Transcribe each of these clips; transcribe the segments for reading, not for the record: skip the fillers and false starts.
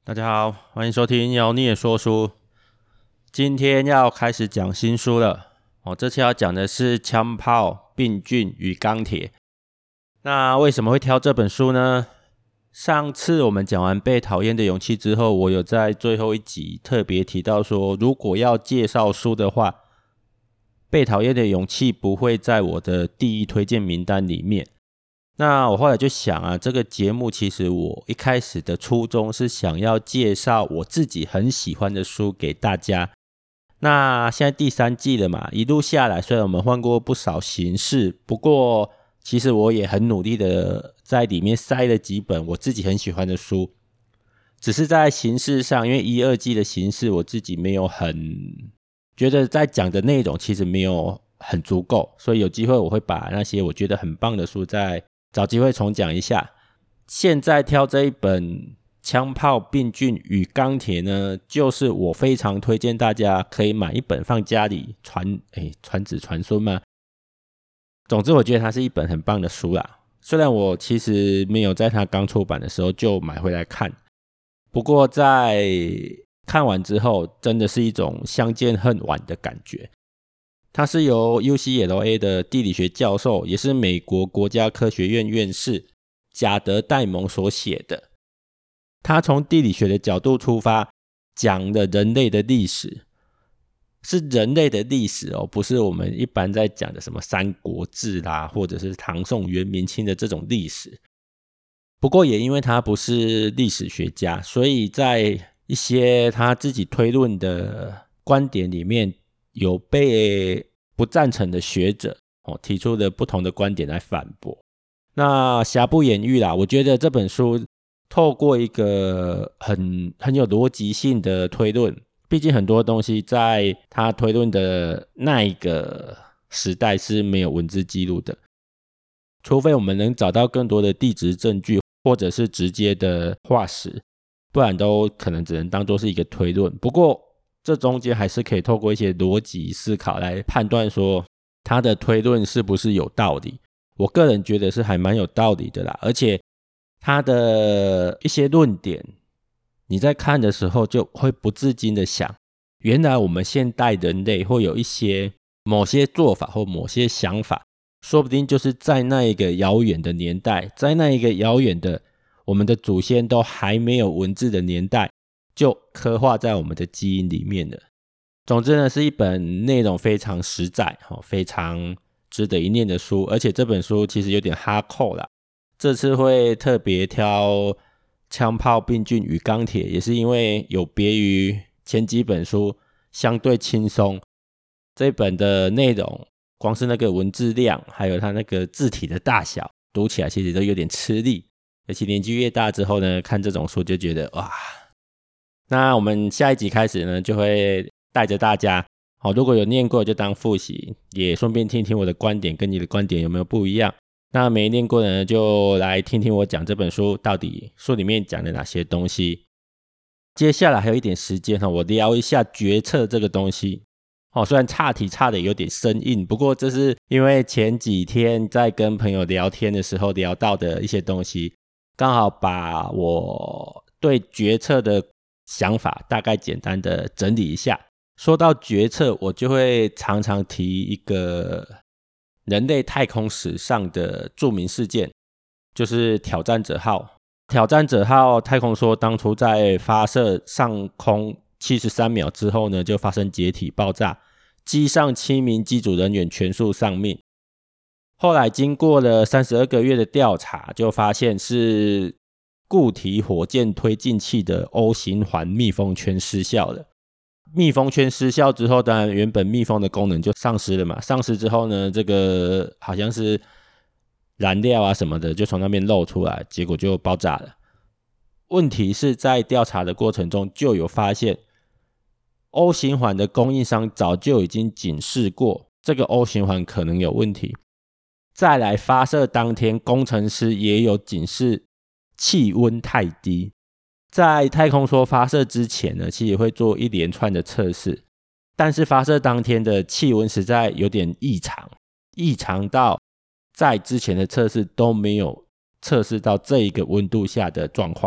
大家好，欢迎收听妖孽说书。今天要开始讲新书了。这次要讲的是枪炮、病菌与钢铁。那为什么会挑这本书呢？上次我们讲完被讨厌的勇气之后，我有在最后一集特别提到说，如果要介绍书的话，被讨厌的勇气不会在我的第一推荐名单里面。那我后来就想啊，这个节目其实我一开始的初衷是想要介绍我自己很喜欢的书给大家。那现在第3季了嘛，一路下来虽然我们换过不少形式，不过其实我也很努力的在里面塞了几本我自己很喜欢的书，只是在形式上，因为1、2季的形式我自己没有很觉得在讲的内容其实没有很足够，所以有机会我会把那些我觉得很棒的书再找机会重讲一下。现在挑这一本枪炮、病菌与钢铁呢，就是我非常推荐大家可以买一本放家里传子传孙嘛。总之我觉得它是一本很棒的书啦，虽然我其实没有在它刚出版的时候就买回来看，不过在看完之后真的是一种相见恨晚的感觉。他是由 UCLA 的地理学教授，也是美国国家科学院院士贾德·戴蒙所写的。他从地理学的角度出发，讲了人类的历史，是人类的历史哦，不是我们一般在讲的什么三国志啦，或者是唐宋元明清的这种历史。不过也因为他不是历史学家，所以在一些他自己推论的观点里面，有被不赞成的学者提出了不同的观点来反驳。那瑕不掩瑜啦，我觉得这本书透过一个很有逻辑性的推论，毕竟很多东西在他推论的那一个时代是没有文字记录的，除非我们能找到更多的地质证据或者是直接的化石，不然都可能只能当作是一个推论。不过这中间还是可以透过一些逻辑思考来判断说他的推论是不是有道理。我个人觉得是还蛮有道理的啦，而且他的一些论点你在看的时候就会不自禁的想，原来我们现代人类会有一些某些做法或某些想法，说不定就是在那一个遥远的年代，在那一个遥远的我们的祖先都还没有文字的年代就刻画在我们的基因里面了。总之呢，是一本内容非常实在，非常值得一念的书，而且这本书其实有点哈扣啦。这次会特别挑枪炮、病菌与钢铁，也是因为有别于前几本书相对轻松，这本的内容光是那个文字量还有它那个字体的大小，读起来其实都有点吃力，而且年纪越大之后呢，看这种书就觉得哇。那我们下一集开始呢，就会带着大家如果有念过就当复习，也顺便听听我的观点跟你的观点有没有不一样。那没念过的呢，就来听听我讲这本书到底书里面讲了哪些东西。接下来还有一点时间我聊一下决策这个东西。虽然岔题岔的有点生硬，不过这是因为前几天在跟朋友聊天的时候聊到的一些东西，刚好把我对决策的想法大概简单的整理一下。说到决策，我就会常常提一个人类太空史上的著名事件，就是挑战者号。挑战者号太空梭当初在发射上空73秒之后呢，就发生解体爆炸，机上7名机组人员全数丧命。后来经过了32个月的调查，就发现是固体火箭推进器的 O 型环密封圈失效了。密封圈失效之后，当然原本密封的功能就丧失了嘛。丧失之后呢，这个好像是燃料啊什么的就从那边漏出来，结果就爆炸了。问题是在调查的过程中就有发现 O 型环的供应商早就已经警示过这个 O 型环可能有问题。再来发射当天工程师也有警示气温太低。在太空梭发射之前呢，其实会做一连串的测试，但是发射当天的气温实在有点异常到在之前的测试都没有测试到这一个温度下的状况，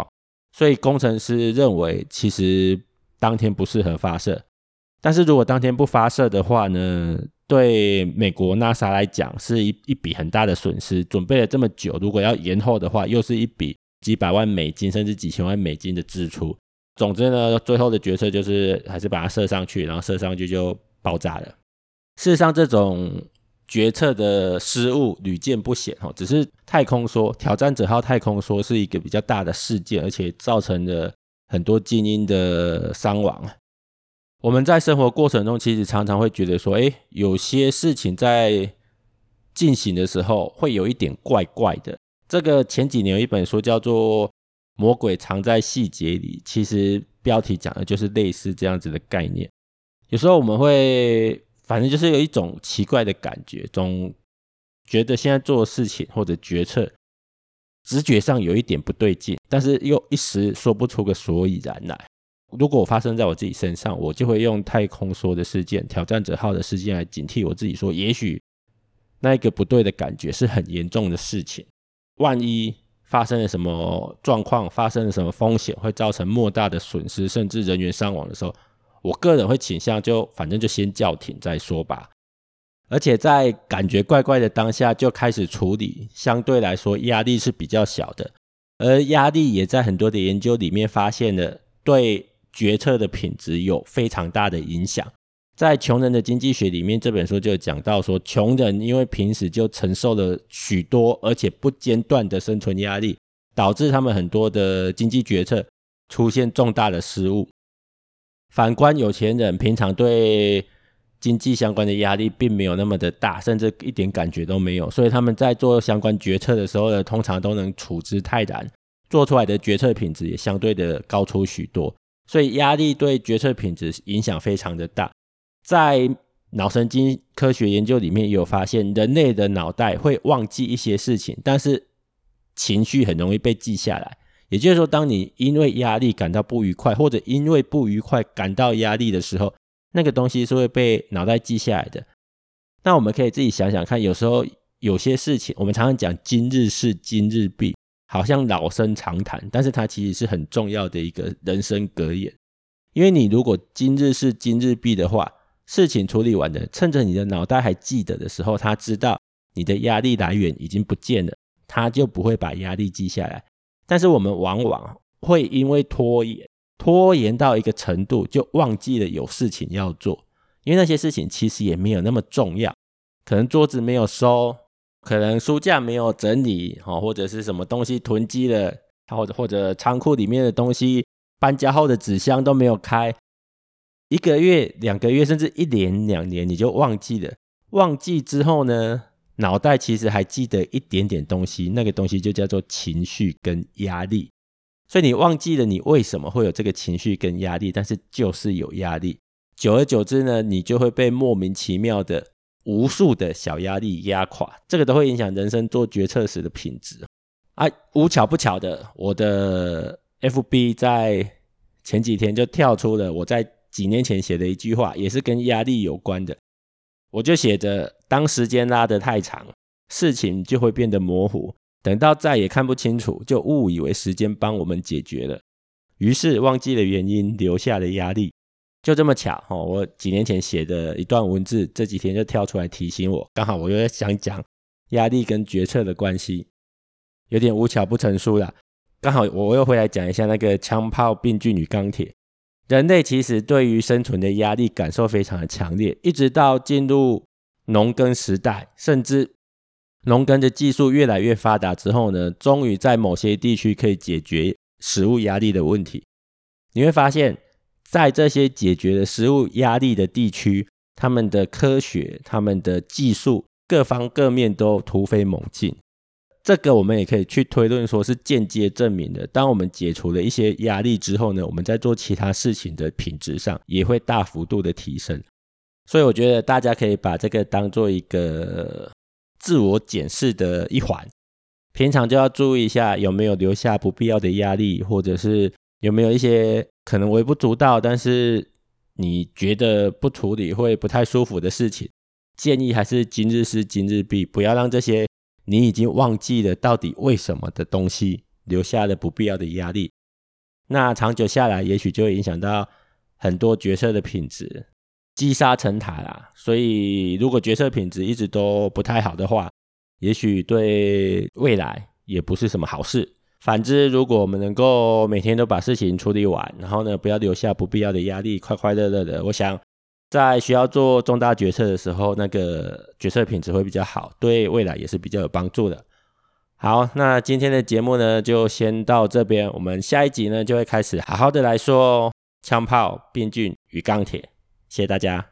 所以工程师认为其实当天不适合发射。但是如果当天不发射的话呢，对美国 NASA 来讲是一笔很大的损失，准备了这么久，如果要延后的话，又是一笔几百万美金甚至几千万美金的支出。总之呢，最后的决策就是还是把它射上去，然后射上去就爆炸了。事实上这种决策的失误屡见不鲜，只是太空梭挑战者号太空梭是一个比较大的事件，而且造成了很多精英的伤亡。我们在生活过程中其实常常会觉得说，有些事情在进行的时候会有一点怪怪的。这个前几年有一本书叫做《魔鬼藏在细节里》，其实标题讲的就是类似这样子的概念。有时候我们会反正就是有一种奇怪的感觉，总觉得现在做的事情或者决策直觉上有一点不对劲，但是又一时说不出个所以然来。如果我发生在我自己身上，我就会用太空梭的事件、挑战者号的事件来警惕我自己说，也许那一个不对的感觉是很严重的事情，万一发生了什么状况，发生了什么风险，会造成莫大的损失甚至人员伤亡的时候，我个人会倾向反正就先叫停再说吧。而且在感觉怪怪的当下就开始处理，相对来说压力是比较小的。而压力也在很多的研究里面发现了对决策的品质有非常大的影响。在穷人的经济学里面，这本书就有讲到说，穷人因为平时就承受了许多而且不间断的生存压力，导致他们很多的经济决策出现重大的失误。反观有钱人，平常对经济相关的压力并没有那么的大，甚至一点感觉都没有，所以他们在做相关决策的时候呢，通常都能处之泰然，做出来的决策品质也相对的高出许多。所以压力对决策品质影响非常的大。在脑神经科学研究里面也有发现，人类的脑袋会忘记一些事情，但是情绪很容易被记下来。也就是说，当你因为压力感到不愉快，或者因为不愉快感到压力的时候，那个东西是会被脑袋记下来的。那我们可以自己想想看，有时候有些事情我们常常讲今日事今日毕，好像老生常谈，但是它其实是很重要的一个人生格言。因为你如果今日事今日毕的话，事情处理完了，趁着你的脑袋还记得的时候，他知道你的压力来源已经不见了，他就不会把压力记下来。但是我们往往会因为拖延到一个程度，就忘记了有事情要做，因为那些事情其实也没有那么重要，可能桌子没有收，可能书架没有整理，或者是什么东西囤积了，或者仓库里面的东西搬家后的纸箱都没有开，1个月、2个月甚至1年、2年你就忘记了。忘记之后呢，脑袋其实还记得一点点东西，那个东西就叫做情绪跟压力。所以你忘记了你为什么会有这个情绪跟压力，但是就是有压力。久而久之呢，你就会被莫名其妙的无数的小压力压垮，这个都会影响人生做决策时的品质。无巧不巧的，我的 FB 在前几天就跳出了我在几年前写的一句话，也是跟压力有关的。我就写着，当时间拉得太长，事情就会变得模糊，等到再也看不清楚，就误以为时间帮我们解决了，于是忘记了原因，留下了压力。就这么巧，我几年前写的一段文字，这几天就跳出来提醒我，刚好我又在想讲压力跟决策的关系，有点无巧不成书啦。刚好我又回来讲一下那个枪炮、病菌与钢铁。人类其实对于生存的压力感受非常的强烈，一直到进入农耕时代，甚至农耕的技术越来越发达之后呢，终于在某些地区可以解决食物压力的问题。你会发现在这些解决了食物压力的地区，他们的科学、他们的技术各方各面都突飞猛进。这个我们也可以去推论说是间接证明的，当我们解除了一些压力之后呢，我们在做其他事情的品质上也会大幅度的提升。所以我觉得大家可以把这个当做一个自我检视的一环，平常就要注意一下有没有留下不必要的压力，或者是有没有一些可能微不足道但是你觉得不处理会不太舒服的事情。建议还是今日事今日毕，不要让这些你已经忘记了到底为什么的东西留下了不必要的压力。 那长久下来也许就会影响到很多决策的品质，积沙成塔啦。所以如果决策品质一直都不太好的话，也许对未来也不是什么好事。反之，如果我们能够每天都把事情处理完，然后呢不要留下不必要的压力，快快乐乐的，我想在需要做重大决策的时候，那个决策品质会比较好，对未来也是比较有帮助的。好，那今天的节目呢就先到这边，我们下一集呢就会开始好好的来说枪炮、病菌与钢铁。谢谢大家。